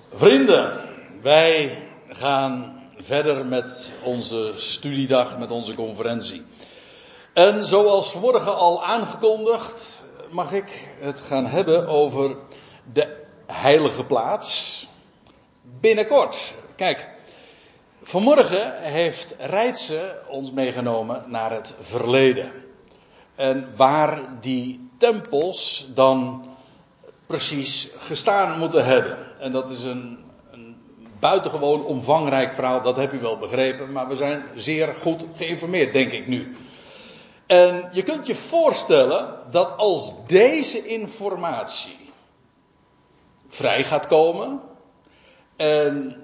Vrienden, wij gaan verder met onze studiedag, met onze conferentie. En zoals vanmorgen al aangekondigd, mag ik het gaan hebben over de heilige plaats. Binnenkort. Kijk, vanmorgen heeft Reitse ons meegenomen naar het verleden. En waar die tempels dan precies gestaan moeten hebben. En dat is een buitengewoon omvangrijk verhaal, dat heb u wel begrepen. Maar we zijn zeer goed geïnformeerd, denk ik nu. En je kunt je voorstellen dat als deze informatie vrij gaat komen. En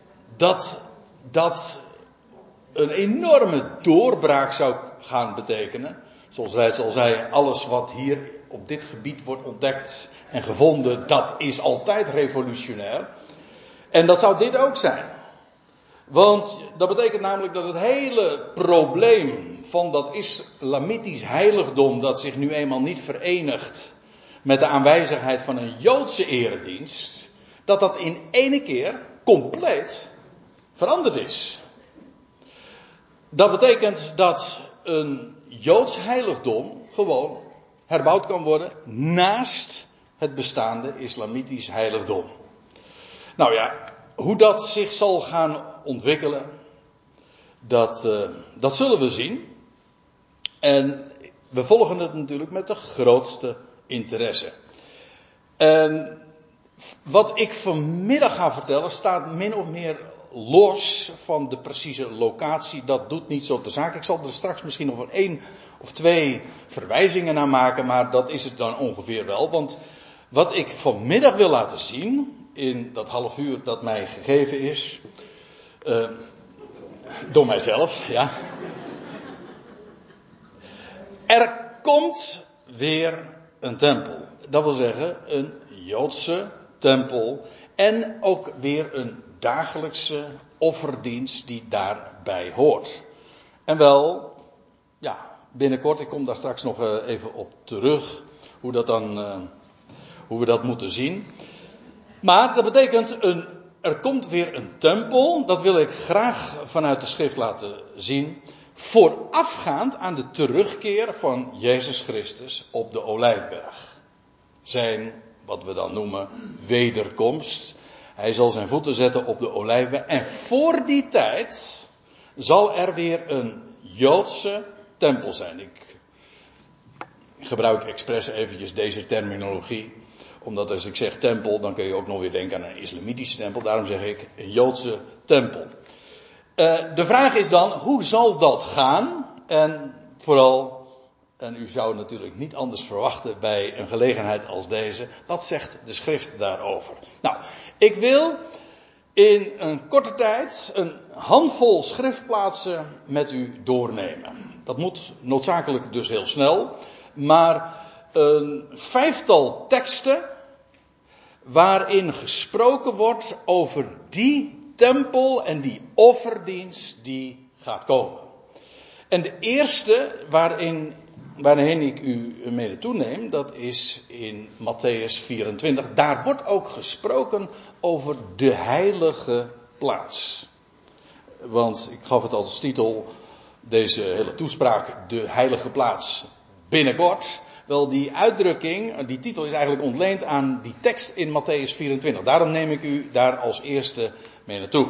dat een enorme doorbraak zou gaan betekenen. Zoals Reitse al zei, alles wat hier op dit gebied wordt ontdekt en gevonden, dat is altijd revolutionair. En dat zou dit ook zijn. Want dat betekent namelijk dat het hele probleem van dat islamitisch heiligdom, dat zich nu eenmaal niet verenigt met de aanwezigheid van een Joodse eredienst, dat in ene keer compleet veranderd is. Dat betekent dat een Joods heiligdom gewoon herbouwd kan worden naast het bestaande islamitisch heiligdom. Nou ja, hoe dat zich zal gaan ontwikkelen, dat zullen we zien. En we volgen het natuurlijk met de grootste interesse. En wat ik vanmiddag ga vertellen staat min of meer los van de precieze locatie. Dat doet niet zo de zaak. Ik zal er straks misschien nog wel 1 of 2 verwijzingen naar maken, maar dat is het dan ongeveer wel. Want wat ik vanmiddag wil laten zien, in dat half uur dat mij gegeven is, door mijzelf, ja. Er komt weer een tempel. Dat wil zeggen, een Joodse tempel. En ook weer een dagelijkse offerdienst die daarbij hoort. En wel, ja, binnenkort, ik kom daar straks nog even op terug, hoe we dat moeten zien. Maar dat betekent, er komt weer een tempel, dat wil ik graag vanuit de schrift laten zien, voorafgaand aan de terugkeer van Jezus Christus op de Olijfberg. Zijn, wat we dan noemen, wederkomst. Hij zal zijn voeten zetten op de Olijfberg. En voor die tijd zal er weer een Joodse tempel zijn. Ik gebruik expres eventjes deze terminologie. Omdat als ik zeg tempel, dan kun je ook nog weer denken aan een islamitische tempel. Daarom zeg ik een Joodse tempel. De vraag is dan, hoe zal dat gaan? En vooral, en u zou natuurlijk niet anders verwachten bij een gelegenheid als deze, wat zegt de schrift daarover? Nou, ik wil in een korte tijd een handvol schriftplaatsen met u doornemen. Dat moet noodzakelijk dus heel snel, maar een 5-tal teksten waarin gesproken wordt over die tempel en die offerdienst die gaat komen. En de eerste waarin ik u mee naartoe neem, dat is in Mattheüs 24. Daar wordt ook gesproken over de heilige plaats. Want ik gaf het als titel, deze hele toespraak, de heilige plaats binnenkort. Wel, die uitdrukking, die titel is eigenlijk ontleend aan die tekst in Mattheüs 24. Daarom neem ik u daar als eerste mee naartoe.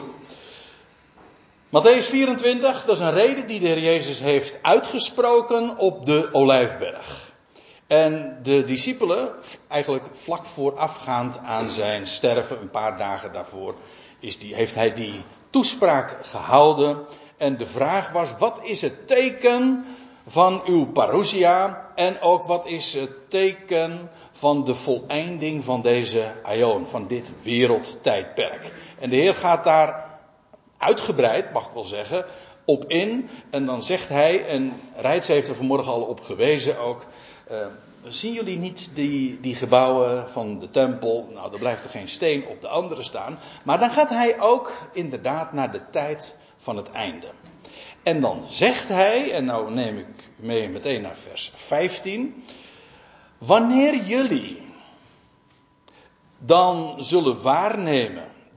Mattheüs 24, dat is een reden die de Heer Jezus heeft uitgesproken op de Olijfberg. En de discipelen, eigenlijk vlak voorafgaand aan zijn sterven, een paar dagen daarvoor, heeft hij die toespraak gehouden. En de vraag was, wat is het teken van uw parousia en ook wat is het teken van de voleinding van deze aion, van dit wereldtijdperk. En de Heer gaat daar uitgebreid, mag ik wel zeggen, op in. En dan zegt hij, en Reitse heeft er vanmorgen al op gewezen ook, zien jullie niet die gebouwen van de tempel? Nou, er blijft er geen steen op de andere staan. Maar dan gaat hij ook inderdaad naar de tijd van het einde. En dan zegt hij, en nou neem ik mee meteen naar vers 15. Wanneer jullie dan zullen waarnemen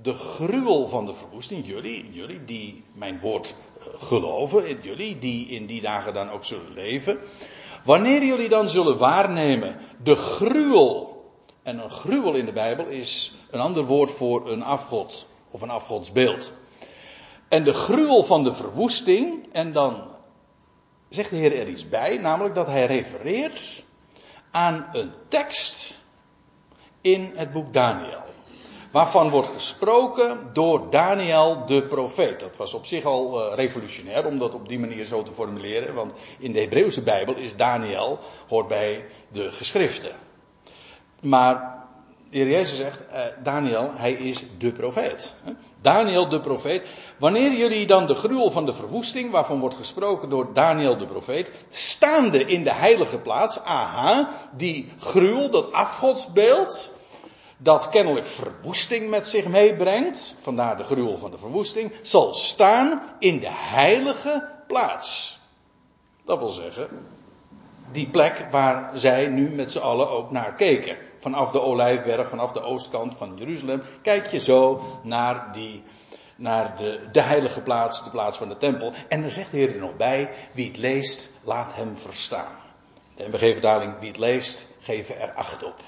de gruwel van de verwoesting, jullie die mijn woord geloven, jullie die in die dagen dan ook zullen leven. Wanneer jullie dan zullen waarnemen de gruwel, en een gruwel in de Bijbel is een ander woord voor een afgod of een afgodsbeeld. En de gruwel van de verwoesting, en dan zegt de Heer er iets bij, namelijk dat hij refereert aan een tekst in het boek Daniel. Waarvan wordt gesproken door Daniel de profeet. Dat was op zich al revolutionair om dat op die manier zo te formuleren. Want in de Hebreeuwse Bijbel is Daniel, hoort bij de geschriften. Maar de Heer Jezus zegt, Daniel, hij is de profeet. Daniel de profeet. Wanneer jullie dan de gruwel van de verwoesting, waarvan wordt gesproken door Daniel de profeet, staande in de heilige plaats, die gruwel, dat afgodsbeeld, dat kennelijk verwoesting met zich meebrengt, vandaar de gruwel van de verwoesting, zal staan in de heilige plaats. Dat wil zeggen, die plek waar zij nu met z'n allen ook naar keken. Vanaf de Olijfberg, vanaf de oostkant van Jeruzalem, kijk je zo naar de heilige plaats, de plaats van de tempel. En er zegt de Heer er nog bij, wie het leest, laat hem verstaan. De NBG-vertaling, wie het leest, geven er acht op.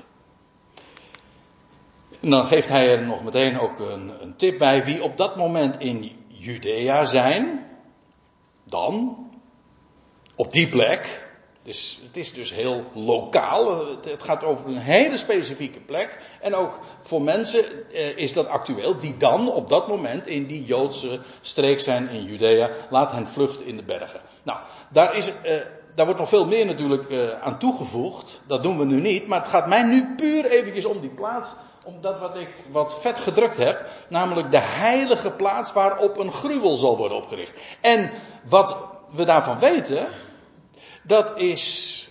En dan geeft hij er nog meteen ook een tip bij. Wie op dat moment in Judea zijn, dan, op die plek. Dus het is dus heel lokaal. Het gaat over een hele specifieke plek. En ook voor mensen is dat actueel. Die dan op dat moment in die Joodse streek zijn in Judea. Laat hen vluchten in de bergen. Nou, daar wordt nog veel meer natuurlijk aan toegevoegd. Dat doen we nu niet. Maar het gaat mij nu puur eventjes om die plaats. Om dat wat ik wat vet gedrukt heb. Namelijk de heilige plaats waarop een gruwel zal worden opgericht. En wat we daarvan weten, dat is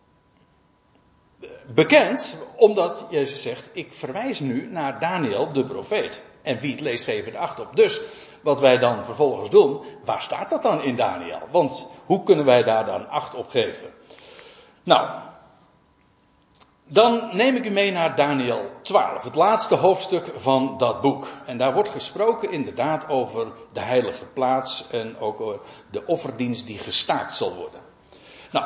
bekend omdat Jezus zegt, ik verwijs nu naar Daniel de profeet. En wie het leest geven er acht op. Dus wat wij dan vervolgens doen, waar staat dat dan in Daniel? Want hoe kunnen wij daar dan acht op geven? Nou, dan neem ik u mee naar Daniel 12, het laatste hoofdstuk van dat boek. En daar wordt gesproken inderdaad over de heilige plaats en ook over de offerdienst die gestaakt zal worden. Nou,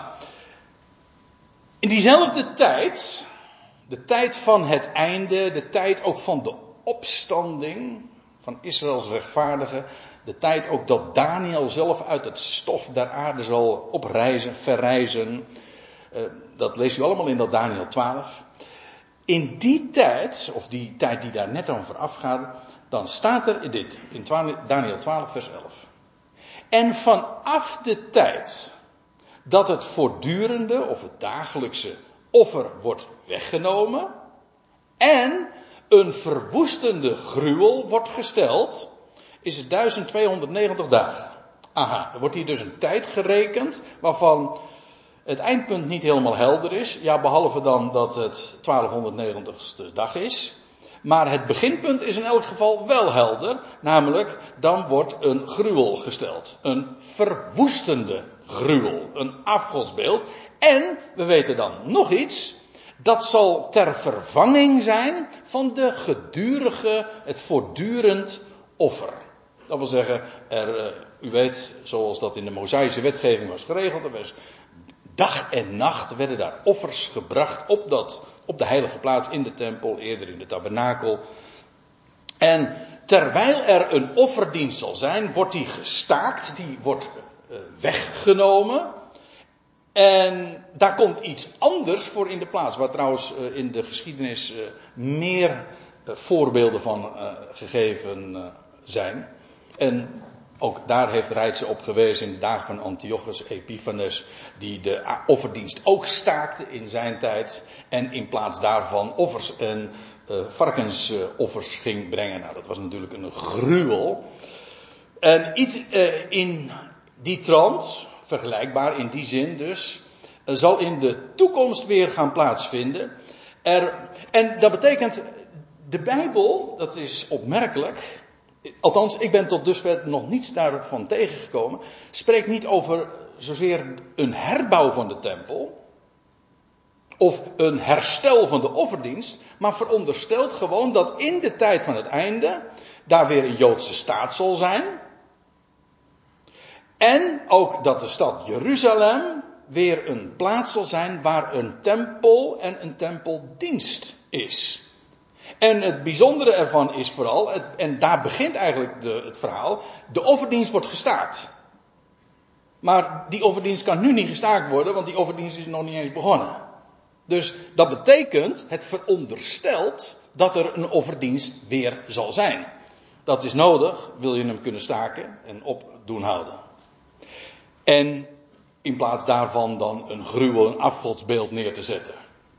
in diezelfde tijd, de tijd van het einde, de tijd ook van de opstanding van Israëls rechtvaardigen, de tijd ook dat Daniel zelf uit het stof der aarde zal verrijzen. Dat leest u allemaal in dat Daniel 12. In die tijd, of die tijd die daar net aan vooraf gaat, dan staat er dit, in Daniel 12 vers 11. En vanaf de tijd dat het voortdurende of het dagelijkse offer wordt weggenomen en een verwoestende gruwel wordt gesteld, is het 1290 dagen. Er wordt hier dus een tijd gerekend waarvan het eindpunt niet helemaal helder is. Ja, behalve dan dat het 1290ste dag is. Maar het beginpunt is in elk geval wel helder. Namelijk, dan wordt een gruwel gesteld. Een verwoestende gruwel. Een afgodsbeeld. En, we weten dan nog iets. Dat zal ter vervanging zijn van het voortdurend offer. Dat wil zeggen, u weet, zoals dat in de Mosaïsche wetgeving was geregeld. Er was dag en nacht werden daar offers gebracht op de heilige plaats in de tempel, eerder in de tabernakel. En terwijl er een offerdienst zal zijn, wordt die gestaakt, die wordt weggenomen. En daar komt iets anders voor in de plaats, waar trouwens in de geschiedenis meer voorbeelden van gegeven zijn. En ook daar heeft Reitze op gewezen in de dagen van Antiochus Epiphanes, die de offerdienst ook staakte in zijn tijd en in plaats daarvan offers en varkensoffers ging brengen. Nou, dat was natuurlijk een gruwel. En iets in die trant, vergelijkbaar in die zin dus, zal in de toekomst weer gaan plaatsvinden. En dat betekent, de Bijbel, dat is opmerkelijk. Althans, ik ben tot dusver nog niets daarvan tegengekomen. Spreekt niet over zozeer een herbouw van de tempel. Of een herstel van de offerdienst. Maar veronderstelt gewoon dat in de tijd van het einde daar weer een Joodse staat zal zijn. En ook dat de stad Jeruzalem weer een plaats zal zijn waar een tempel en een tempeldienst is. En het bijzondere ervan is vooral, en daar begint eigenlijk het verhaal, de offerdienst wordt gestaakt. Maar die offerdienst kan nu niet gestaakt worden, want die offerdienst is nog niet eens begonnen. Dus dat betekent, het veronderstelt dat er een offerdienst weer zal zijn. Dat is nodig, wil je hem kunnen staken en op doen houden. En in plaats daarvan dan een gruwel, een afgodsbeeld neer te zetten.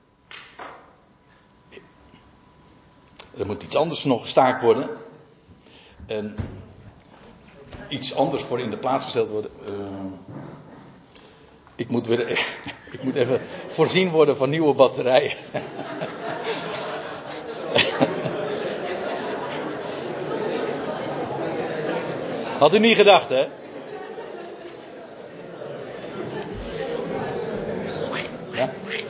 Er moet iets anders nog gestaakt worden. En iets anders voor in de plaats gesteld worden. Ik moet even voorzien worden van nieuwe batterijen. Had u niet gedacht, hè? Ja.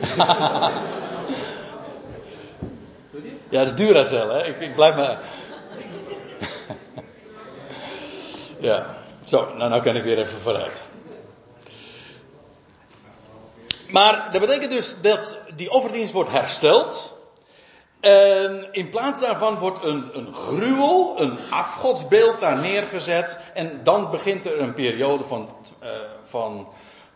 Ja, dat is Duracell, hè? Ik blijf maar. Ja, zo, nou kan ik weer even vooruit. Maar dat betekent dus dat die offerdienst wordt hersteld. En in plaats daarvan wordt een gruwel, een afgodsbeeld daar neergezet. En dan begint er een periode van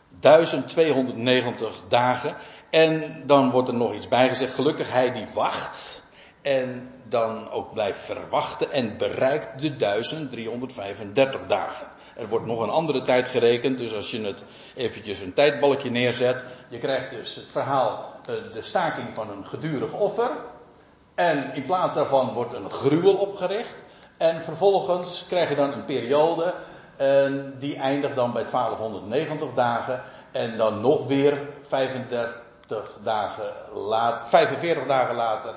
1290 dagen. En dan wordt er nog iets bijgezegd. Gelukkig hij die wacht. En dan ook blijft verwachten en bereikt de 1335 dagen. Er wordt nog een andere tijd gerekend, dus als je het eventjes een tijdbalkje neerzet. Je krijgt dus het verhaal, de staking van een gedurig offer. En in plaats daarvan wordt een gruwel opgericht. En vervolgens krijg je dan een periode, die eindigt dan bij 1290 dagen. En dan nog weer 45 dagen later.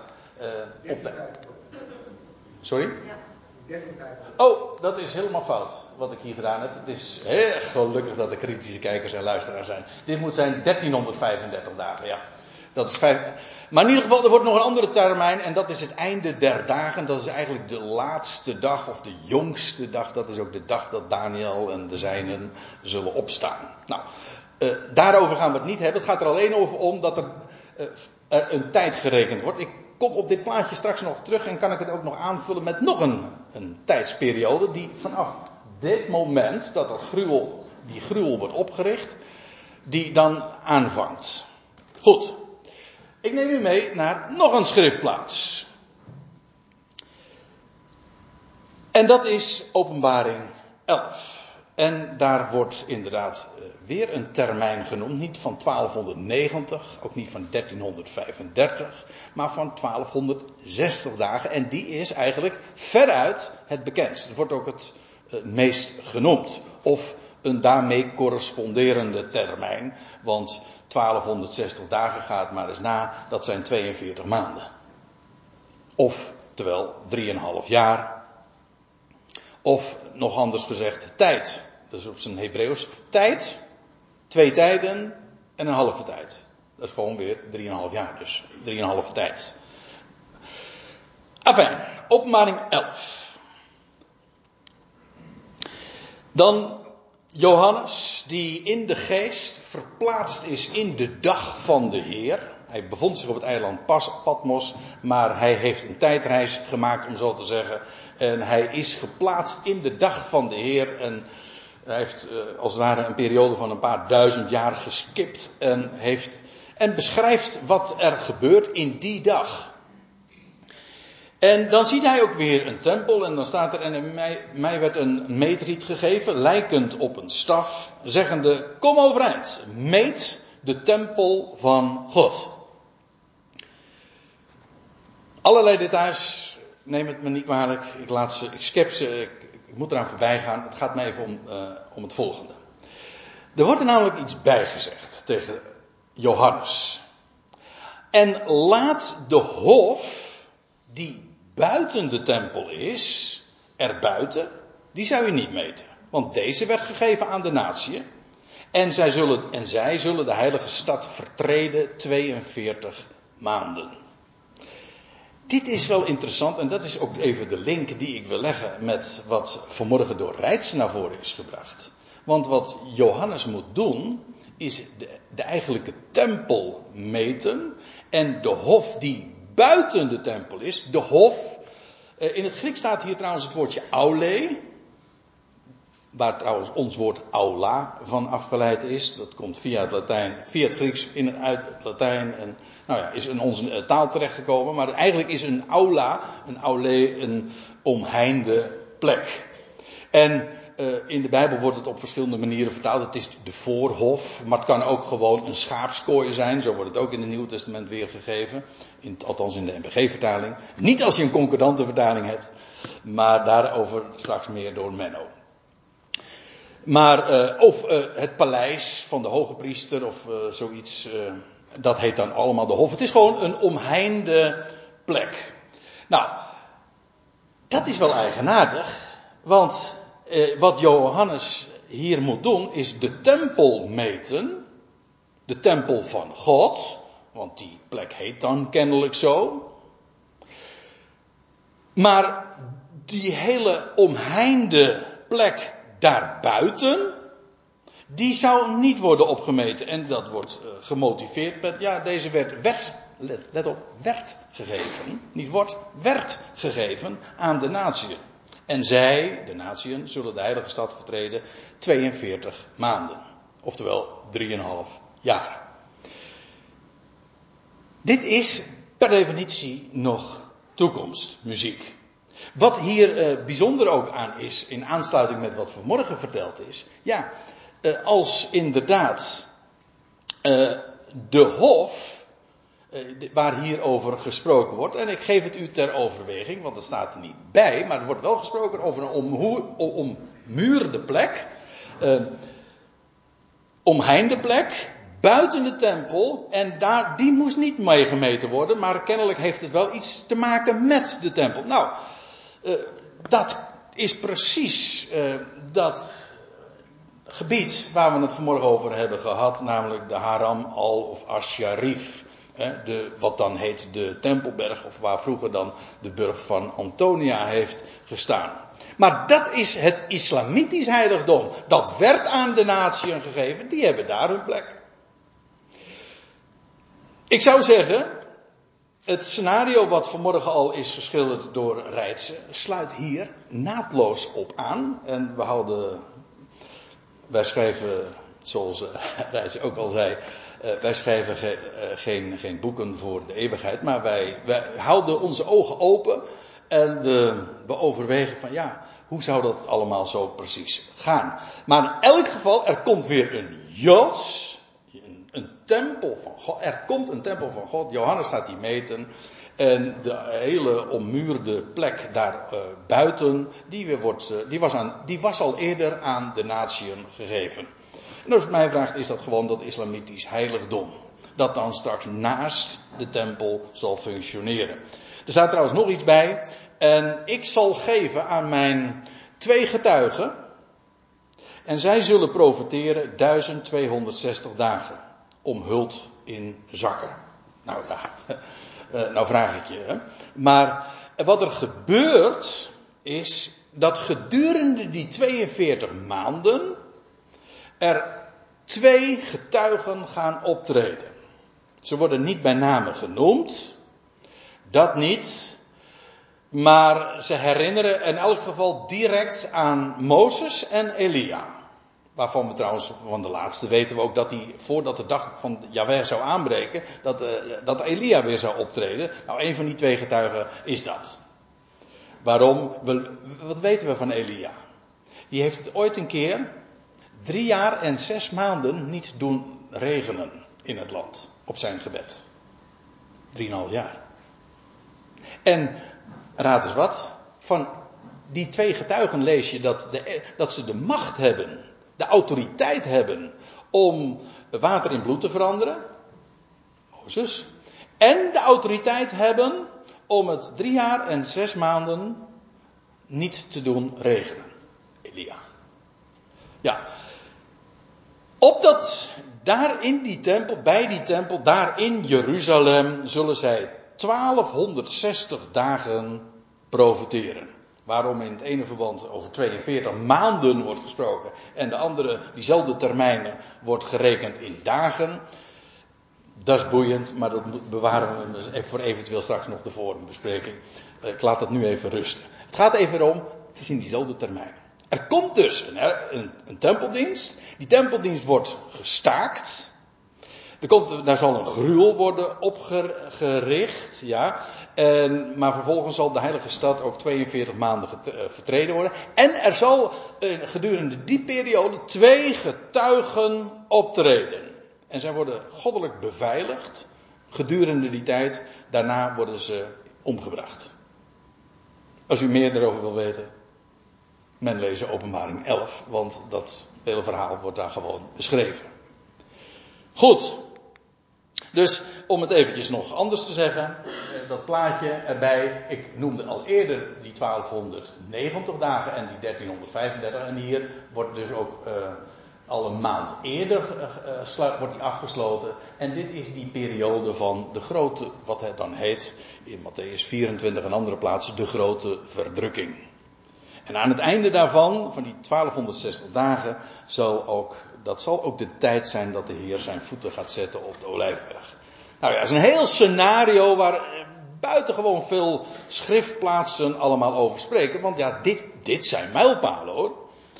Sorry? Oh, dat is helemaal fout wat ik hier gedaan heb. Het is heel gelukkig dat er kritische kijkers en luisteraars zijn. Dit moet zijn 1335 dagen, ja. Dat is maar in ieder geval, er wordt nog een andere termijn en dat is het einde der dagen. Dat is eigenlijk de laatste dag of de jongste dag. Dat is ook de dag dat Daniel en de zijnen zullen opstaan. Nou, daarover gaan we het niet hebben. Het gaat er alleen over om dat er een tijd gerekend wordt. Ik kom op dit plaatje straks nog terug en kan ik het ook nog aanvullen met nog een tijdsperiode die vanaf dit moment dat die gruwel wordt opgericht, die dan aanvangt. Goed. Ik neem u mee naar nog een schriftplaats. En dat is Openbaring 11. En daar wordt inderdaad weer een termijn genoemd. Niet van 1290, ook niet van 1335, maar van 1260 dagen. En die is eigenlijk veruit het bekendst. Het wordt ook het meest genoemd. Of een daarmee corresponderende termijn. Want 1260 dagen gaat maar eens na, dat zijn 42 maanden. Of, terwijl 3,5 jaar. Of, nog anders gezegd, tijd. Dat is op zijn Hebreeuws. Tijd, 2 tijden en een halve tijd. Dat is gewoon weer 3,5 jaar dus. 3,5 tijd. Enfin, Openbaring 11. Dan Johannes, die in de geest verplaatst is in de dag van de Heer. Hij bevond zich op het eiland Patmos, maar hij heeft een tijdreis gemaakt, om zo te zeggen. En hij is geplaatst in de dag van de Heer. En hij heeft als het ware een periode van een paar duizend jaar geskipt. En beschrijft wat er gebeurt in die dag. En dan ziet hij ook weer een tempel en dan staat er, en mij werd een meetriet gegeven, lijkend op een staf, zeggende, kom overeind, meet de tempel van God. Allerlei details, neem het me niet kwalijk, ik skip ze, ik moet eraan voorbij gaan, het gaat mij even om het volgende. Er wordt er namelijk iets bijgezegd tegen Johannes. En laat de hof, die buiten de tempel is, erbuiten, die zou je niet meten. Want deze werd gegeven aan de natieën. En zij zullen de heilige stad vertreden 42 maanden. Dit is wel interessant en dat is ook even de link die ik wil leggen met wat vanmorgen door Reitz naar voren is gebracht. Want wat Johannes moet doen is de eigenlijke tempel meten en de hof die buiten de tempel is, de hof. In het Grieks staat hier trouwens het woordje aule, waar trouwens ons woord aula van afgeleid is. Dat komt via het Latijn, via het Grieks uit het Latijn en is in onze taal terechtgekomen. Maar eigenlijk is een aula, een aule, een omheinde plek. En in de Bijbel wordt het op verschillende manieren vertaald. Het is de voorhof, maar het kan ook gewoon een schaapskooi zijn. Zo wordt het ook in het Nieuwe Testament weergegeven. Althans in de NBG-vertaling. Niet als je een concordante vertaling hebt. Maar daarover straks meer door Menno. Maar of het paleis van de hoge priester of zoiets. Dat heet dan allemaal de hof. Het is gewoon een omheinde plek. Nou, dat is wel eigenaardig. Want wat Johannes hier moet doen is de tempel meten. De tempel van God. Want die plek heet dan kennelijk zo. Maar die hele omheinde plek daarbuiten, die zou niet worden opgemeten. En dat wordt gemotiveerd met, deze werd gegeven. Niet wordt, werd gegeven aan de natieën. En zij, de natieën, zullen de heilige stad vertreden 42 maanden. Oftewel 3,5 jaar. Dit is per definitie nog toekomstmuziek. Wat hier bijzonder ook aan is, in aansluiting met wat vanmorgen verteld is. Als inderdaad de hof, waar hierover gesproken wordt, en ik geef het u ter overweging, want het staat er niet bij, maar er wordt wel gesproken over een ommuurde plek, omheinde plek, buiten de tempel, en die moest niet meegemeten worden, maar kennelijk heeft het wel iets te maken met de tempel. Dat is precies dat gebied waar we het vanmorgen over hebben gehad, namelijk de Haram al of Asharif. Wat dan heet de Tempelberg, of waar vroeger dan de burcht van Antonia heeft gestaan. Maar dat is het islamitisch heiligdom. Dat werd aan de natieën gegeven, die hebben daar hun plek. Ik zou zeggen, het scenario wat vanmorgen al is geschilderd door Reitz sluit hier naadloos op aan. En wij schrijven, zoals Reitz ook al zei, wij schrijven geen boeken voor de eeuwigheid, maar wij houden onze ogen open en we overwegen van hoe zou dat allemaal zo precies gaan. Maar in elk geval, er komt weer een tempel van God. Er komt een tempel van God. Johannes gaat die meten. En de hele ommuurde plek daar buiten, die was al eerder aan de natieën gegeven. En als het mij vraagt, is dat gewoon dat islamitisch heiligdom. Dat dan straks naast de tempel zal functioneren. Er staat trouwens nog iets bij. En ik zal geven aan mijn 2 getuigen. En zij zullen profiteren 1260 dagen. Omhuld in zakken. Nou vraag ik je. Hè? Maar wat er gebeurt is dat gedurende die 42 maanden er 2 getuigen gaan optreden. Ze worden niet bij name genoemd. Dat niet. Maar ze herinneren in elk geval direct aan Mozes en Elia. Waarvan we trouwens, van de laatste weten we ook dat hij, voordat de dag van Jahweh zou aanbreken, dat Elia weer zou optreden. Nou, een van die 2 getuigen is dat. Waarom? Wat weten we van Elia? Die heeft het ooit een keer 3 jaar en 6 maanden niet doen regenen in het land. Op zijn gebed. 3,5 jaar. En raad eens wat. Van die 2 getuigen lees je dat ze de macht hebben. De autoriteit hebben om water in bloed te veranderen. Mozes. En de autoriteit hebben om het 3 jaar en 6 maanden niet te doen regenen. Elia. Daar in die tempel, bij die tempel, daar in Jeruzalem, zullen zij 1260 dagen profiteren. Waarom in het ene verband over 42 maanden wordt gesproken en de andere, diezelfde termijnen, wordt gerekend in dagen. Dat is boeiend, maar dat bewaren we voor eventueel straks nog de forumberspreking. Ik laat dat nu even rusten. Het gaat even om, het is in diezelfde termijnen. Er komt dus een tempeldienst. Die tempeldienst wordt gestaakt. Daar zal een gruwel worden opgericht, ja. Maar vervolgens zal de heilige stad ook 42 maanden vertreden worden. En er zal gedurende die periode 2 getuigen optreden. En zij worden goddelijk beveiligd gedurende die tijd. Daarna worden ze omgebracht. Als u meer daarover wil weten, men leest Openbaring 11, want dat hele verhaal wordt daar gewoon beschreven. Goed. Dus om het eventjes nog anders te zeggen, dat plaatje erbij, ik noemde al eerder die 1290 dagen en die 1335 en hier wordt dus ook al een maand eerder wordt die afgesloten en dit is die periode van de grote, wat het dan heet in Mattheüs 24 en andere plaatsen, de grote verdrukking. En aan het einde daarvan, van die 1260 dagen, zal ook de tijd zijn dat de Heer zijn voeten gaat zetten op de Olijfberg. Nou ja, dat is een heel scenario waar buitengewoon veel schriftplaatsen allemaal over spreken. Want ja, dit zijn mijlpalen hoor.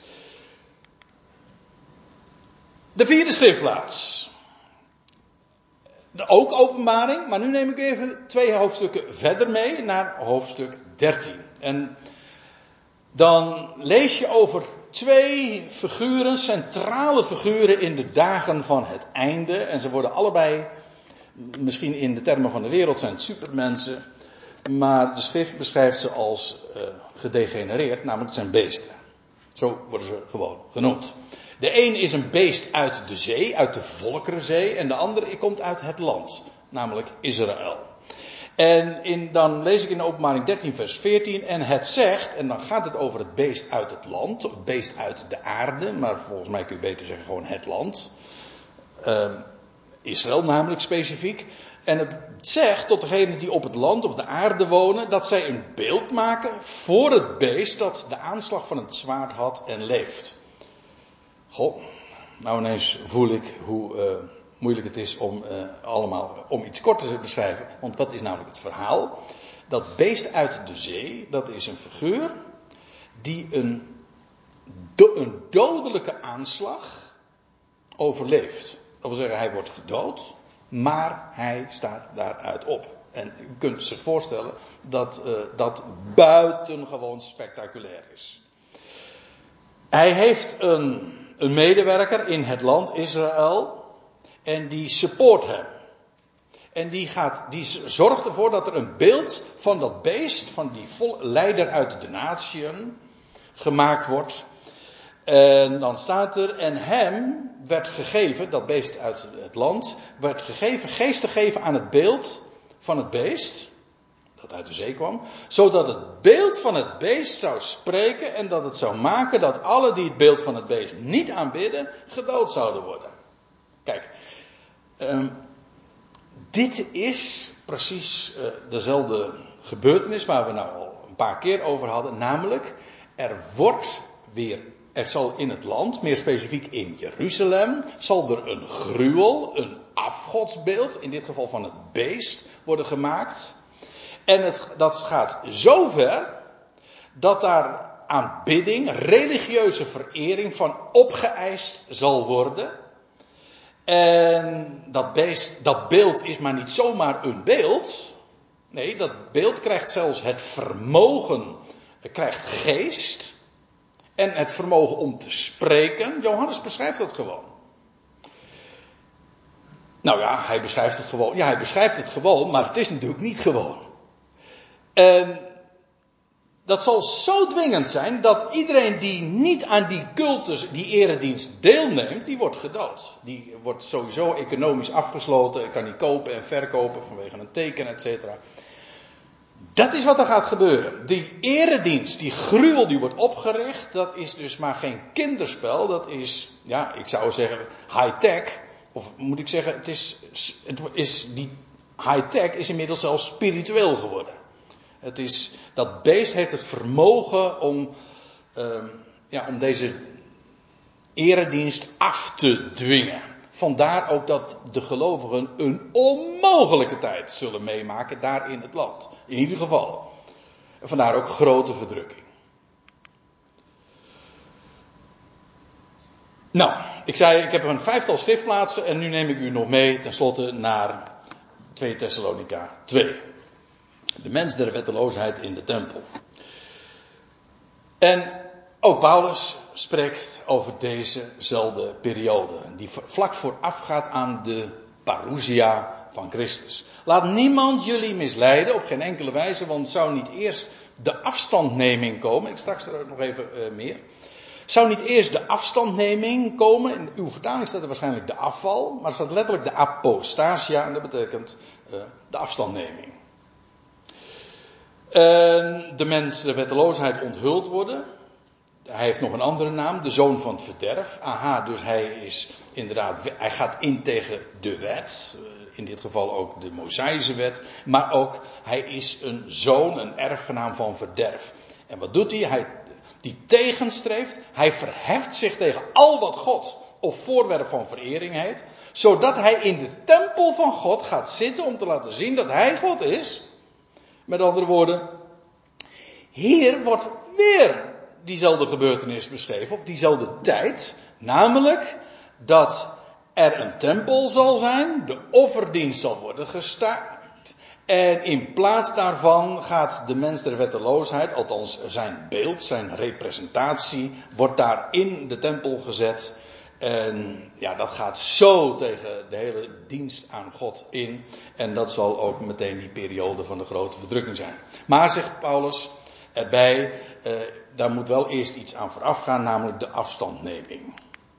De 4e schriftplaats. Ook Openbaring, maar nu neem ik even 2 hoofdstukken verder mee naar hoofdstuk 13. En dan lees je over 2 figuren, centrale figuren in de dagen van het einde. En ze worden allebei, misschien in de termen van de wereld zijn het supermensen. Maar de schrift beschrijft ze als gedegenereerd, namelijk het zijn beesten. Zo worden ze gewoon genoemd. De een is een beest uit de zee, uit de Volkerenzee. En de andere komt uit het land, namelijk Israël. En dan lees ik in de Openbaring 13 vers 14. En het zegt, en dan gaat het over het beest uit het land. Het beest uit de aarde. Maar volgens mij kun je beter zeggen gewoon het land. Israël namelijk specifiek. En het zegt tot degenen die op het land of de aarde wonen. Dat zij een beeld maken voor het beest dat de aanslag van het zwaard had en leeft. Goh, nou ineens voel ik hoe moeilijk het is om iets kort te beschrijven. Want wat is namelijk het verhaal? Dat beest uit de zee, dat is een figuur die een dodelijke aanslag overleeft. Dat wil zeggen, hij wordt gedood, maar hij staat daaruit op. En u kunt zich voorstellen dat dat buitengewoon spectaculair is. Hij heeft een medewerker in het land Israël. En die support hem. En die zorgt ervoor dat er een beeld van dat beest, van die leider uit de natieën, gemaakt wordt. En dan staat er, en hem werd gegeven, dat beest uit het land, werd gegeven, geest te geven aan het beeld van het beest, dat uit de zee kwam, zodat het beeld van het beest zou spreken en dat het zou maken dat alle die het beeld van het beest niet aanbidden, gedood zouden worden. Kijk, dit is precies dezelfde gebeurtenis waar we nou al een paar keer over hadden. Namelijk, er zal in het land, meer specifiek in Jeruzalem, zal er een gruwel, een afgodsbeeld, in dit geval van het beest, worden gemaakt. En dat gaat zo ver dat daar aanbidding, religieuze verering van opgeëist zal worden. En dat beeld is maar niet zomaar een beeld. Nee, dat beeld krijgt zelfs het vermogen, krijgt geest. En het vermogen om te spreken. Johannes beschrijft dat gewoon. Nou ja, hij beschrijft het gewoon. Ja, hij beschrijft het gewoon, maar het is natuurlijk niet gewoon. En dat zal zo dwingend zijn dat iedereen die niet aan die cultus, die eredienst deelneemt, die wordt gedood. Die wordt sowieso economisch afgesloten, kan niet kopen en verkopen vanwege een teken, etc. Dat is wat er gaat gebeuren. Die eredienst, die gruwel die wordt opgericht, dat is dus maar geen kinderspel. Dat is, ja, ik zou zeggen high-tech. Of moet ik zeggen, het is die high-tech is inmiddels zelfs spiritueel geworden. Dat beest heeft het vermogen om deze eredienst af te dwingen. Vandaar ook dat de gelovigen een onmogelijke tijd zullen meemaken daar in het land. In ieder geval. En vandaar ook grote verdrukking. Nou, ik zei, ik heb een 5-tal schriftplaatsen en nu neem ik u nog mee tenslotte naar 2 Thessalonica 2. De mens der wetteloosheid in de tempel. En ook Paulus spreekt over dezezelfde periode, die vlak voorafgaat aan de parousia van Christus. Laat niemand jullie misleiden, op geen enkele wijze, want zou niet eerst de afstandneming komen, ik straks er nog even meer. Zou niet eerst de afstandneming komen, in uw vertaling staat er waarschijnlijk de afval, maar er staat letterlijk de apostasia en dat betekent de afstandneming. De mens de wetteloosheid onthuld worden. Hij heeft nog een andere naam, de zoon van het verderf. Aha, dus hij gaat in tegen de wet. In dit geval ook de Mosaïsche wet. Maar ook, hij is een zoon, een erfgenaam van verderf. En wat doet hij? Die tegenstreeft. Hij verheft zich tegen al wat God of voorwerp van verering heet. Zodat hij in de tempel van God gaat zitten om te laten zien dat hij God is. Met andere woorden, hier wordt weer diezelfde gebeurtenis beschreven, of diezelfde tijd, namelijk dat er een tempel zal zijn, de offerdienst zal worden gestaakt, en in plaats daarvan gaat de mens der wetteloosheid, althans zijn beeld, zijn representatie, wordt daar in de tempel gezet. En ja, dat gaat zo tegen de hele dienst aan God in. En dat zal ook meteen die periode van de grote verdrukking zijn. Maar, zegt Paulus erbij, daar moet wel eerst iets aan vooraf gaan, namelijk de afstandneming.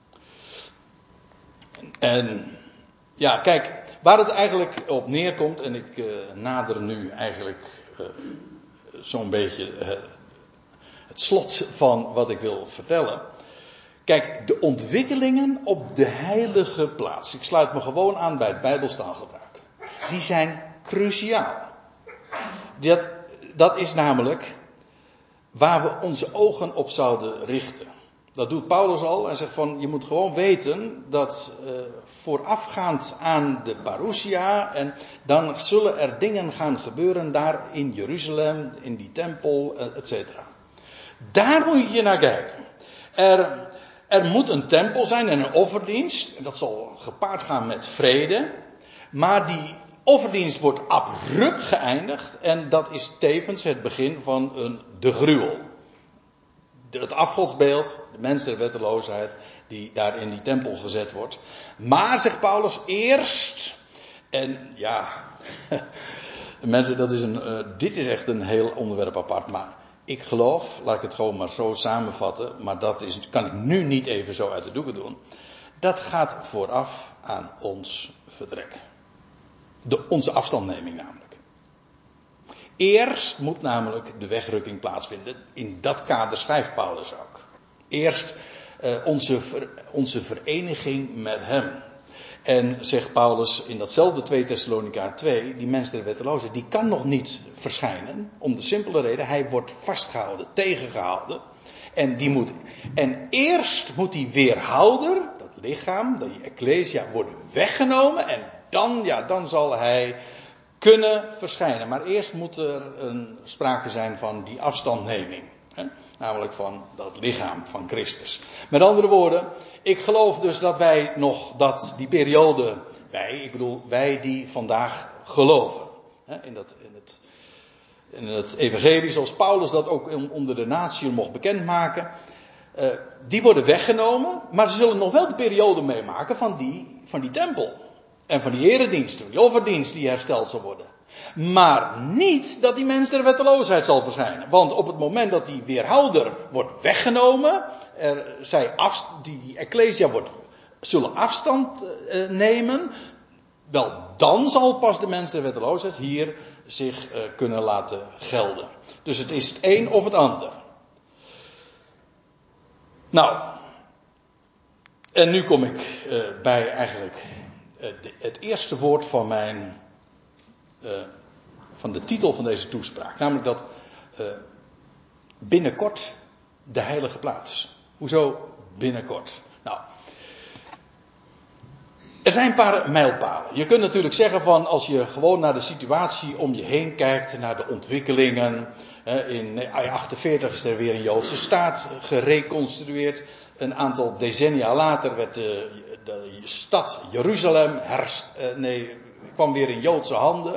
En ja, kijk, waar het eigenlijk op neerkomt, en ik nader nu eigenlijk zo'n beetje het slot van wat ik wil vertellen. Kijk, de ontwikkelingen op de heilige plaats. Ik sluit me gewoon aan bij het Bijbelstaalgebruik. Die zijn cruciaal. Dat is namelijk waar we onze ogen op zouden richten. Dat doet Paulus al. Hij zegt van, je moet gewoon weten dat voorafgaand aan de parousia, en dan zullen er dingen gaan gebeuren daar in Jeruzalem, in die tempel, etc. Daar moet je naar kijken. Er moet een tempel zijn en een offerdienst. En dat zal gepaard gaan met vrede. Maar die offerdienst wordt abrupt geëindigd. En dat is tevens het begin van de gruwel. Het afgodsbeeld, de mens der wetteloosheid, die daar in die tempel gezet wordt. Maar, zegt Paulus, eerst. En ja, mensen, dit is echt een heel onderwerp apart. Maar ik geloof, laat ik het gewoon maar zo samenvatten, maar kan ik nu niet even zo uit de doeken doen. Dat gaat vooraf aan ons vertrek. Onze afstandneming namelijk. Eerst moet namelijk de wegrukking plaatsvinden. In dat kader schrijft Paulus ook. Eerst onze vereniging met hem. En zegt Paulus in datzelfde 2 Thessalonica 2, die mens der wetteloosheid, die kan nog niet verschijnen. Om de simpele reden, hij wordt vastgehouden, tegengehouden. En eerst moet die weerhouder, dat lichaam, die ecclesia, worden weggenomen. En dan zal hij kunnen verschijnen. Maar eerst moet er sprake zijn van die afstandneming. Namelijk van dat lichaam van Christus. Met andere woorden, ik geloof dus dat wij nog die periode, wij die vandaag geloven. In het evangelie, zoals Paulus dat ook onder de natieën mocht bekendmaken. Die worden weggenomen, maar ze zullen nog wel de periode meemaken van die tempel. En van die eredienst, die offerdienst die hersteld zal worden. Maar niet dat die mens der wetteloosheid zal verschijnen. Want op het moment dat die weerhouder wordt weggenomen, die ecclesia zullen afstand nemen, wel dan zal pas de mens der wetteloosheid hier zich kunnen laten gelden. Dus het is het een of het ander. Nou, en nu kom ik bij eigenlijk het eerste woord van mijn van de titel van deze toespraak. Namelijk dat binnenkort de heilige plaats. Hoezo binnenkort? Nou, er zijn een paar mijlpalen. Je kunt natuurlijk zeggen van als je gewoon naar de situatie om je heen kijkt, naar de ontwikkelingen. In 1948 is er weer een Joodse staat gereconstrueerd. Een aantal decennia later werd de stad Jeruzalem kwam weer in Joodse handen.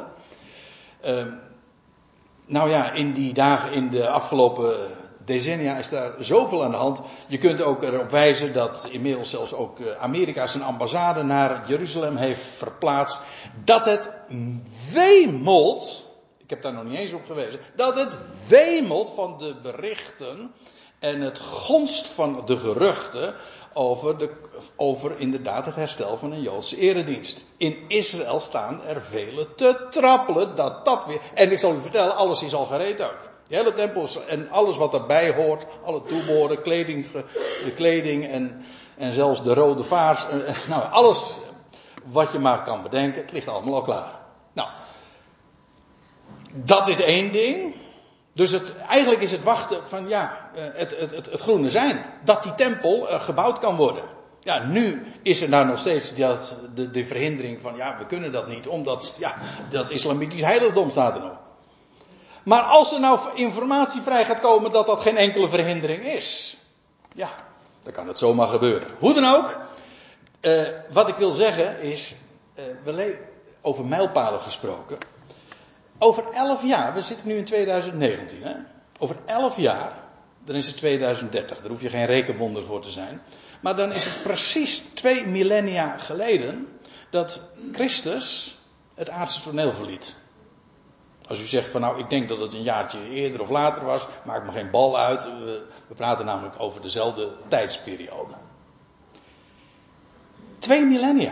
Nou ja, in die dagen, in de afgelopen decennia is daar zoveel aan de hand. Je kunt ook erop wijzen dat inmiddels zelfs ook Amerika zijn ambassade naar Jeruzalem heeft verplaatst. Dat het wemelt, ik heb daar nog niet eens op gewezen, dat het wemelt van de berichten en het gonst van de geruchten over inderdaad het herstel van een Joodse eredienst. In Israël staan er velen te trappelen dat weer. En ik zal u vertellen, alles is al gereed ook. De hele tempel en alles wat erbij hoort, alle toebehoren, de kleding en zelfs de rode vaars. Nou, alles wat je maar kan bedenken, het ligt allemaal al klaar. Nou, dat is één ding. Dus eigenlijk is het wachten van het groene zijn. Dat die tempel gebouwd kan worden. Ja, nu is er nou nog steeds de verhindering van we kunnen dat niet. Omdat dat islamitisch heiligdom staat er nog. Maar als er nou informatie vrij gaat komen dat dat geen enkele verhindering is. Ja, dan kan het zomaar gebeuren. Hoe dan ook. Wat ik wil zeggen is. Over mijlpalen gesproken. Over 11 jaar, we zitten nu in 2019. Hè? Over 11 jaar, dan is het 2030. Daar hoef je geen rekenwonder voor te zijn. Maar dan is het precies 2 millennia geleden dat Christus het aardse toneel verliet. Als u zegt van ik denk dat het een jaartje eerder of later was, maakt me geen bal uit. We praten namelijk over dezelfde tijdsperiode. 2 millennia.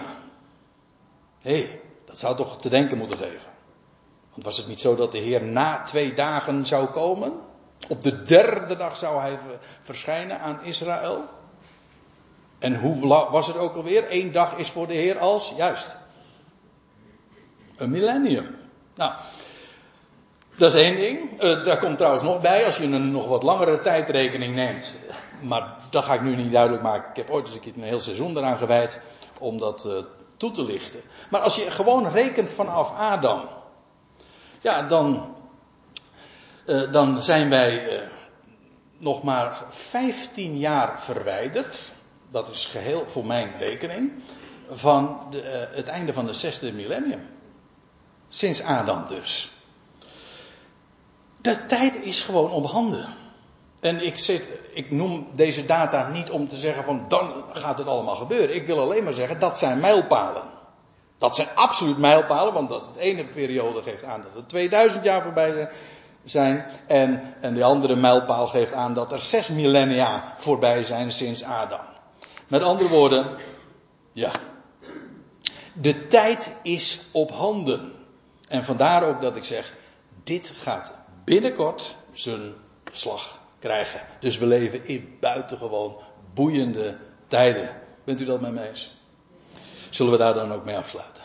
Dat zou toch te denken moeten geven. Want was het niet zo dat de Heer na 2 dagen zou komen? Op de 3e dag zou hij verschijnen aan Israël. En hoe was het ook alweer? 1 dag is voor de Heer als, juist, een millennium. Nou, dat is één ding. Daar komt trouwens nog bij, als je een nog wat langere tijdrekening neemt. Maar dat ga ik nu niet duidelijk maken. Ik heb ooit eens een heel seizoen eraan gewijd om dat toe te lichten. Maar als je gewoon rekent vanaf Adam. Ja, dan zijn wij nog maar 15 jaar verwijderd. Dat is geheel voor mijn rekening. Van het einde van de 6e millennium. Sinds Adam dus. De tijd is gewoon op handen. En ik noem deze data niet om te zeggen van dan gaat het allemaal gebeuren. Ik wil alleen maar zeggen dat zijn mijlpalen. Dat zijn absoluut mijlpalen, want dat de ene periode geeft aan dat er 2000 jaar voorbij zijn. En de andere mijlpaal geeft aan dat er 6 millennia voorbij zijn sinds Adam. Met andere woorden, de tijd is op handen. En vandaar ook dat ik zeg, dit gaat binnenkort zijn slag krijgen. Dus we leven in buitengewoon boeiende tijden. Bent u dat met mij eens? Zullen we daar dan ook mee afsluiten?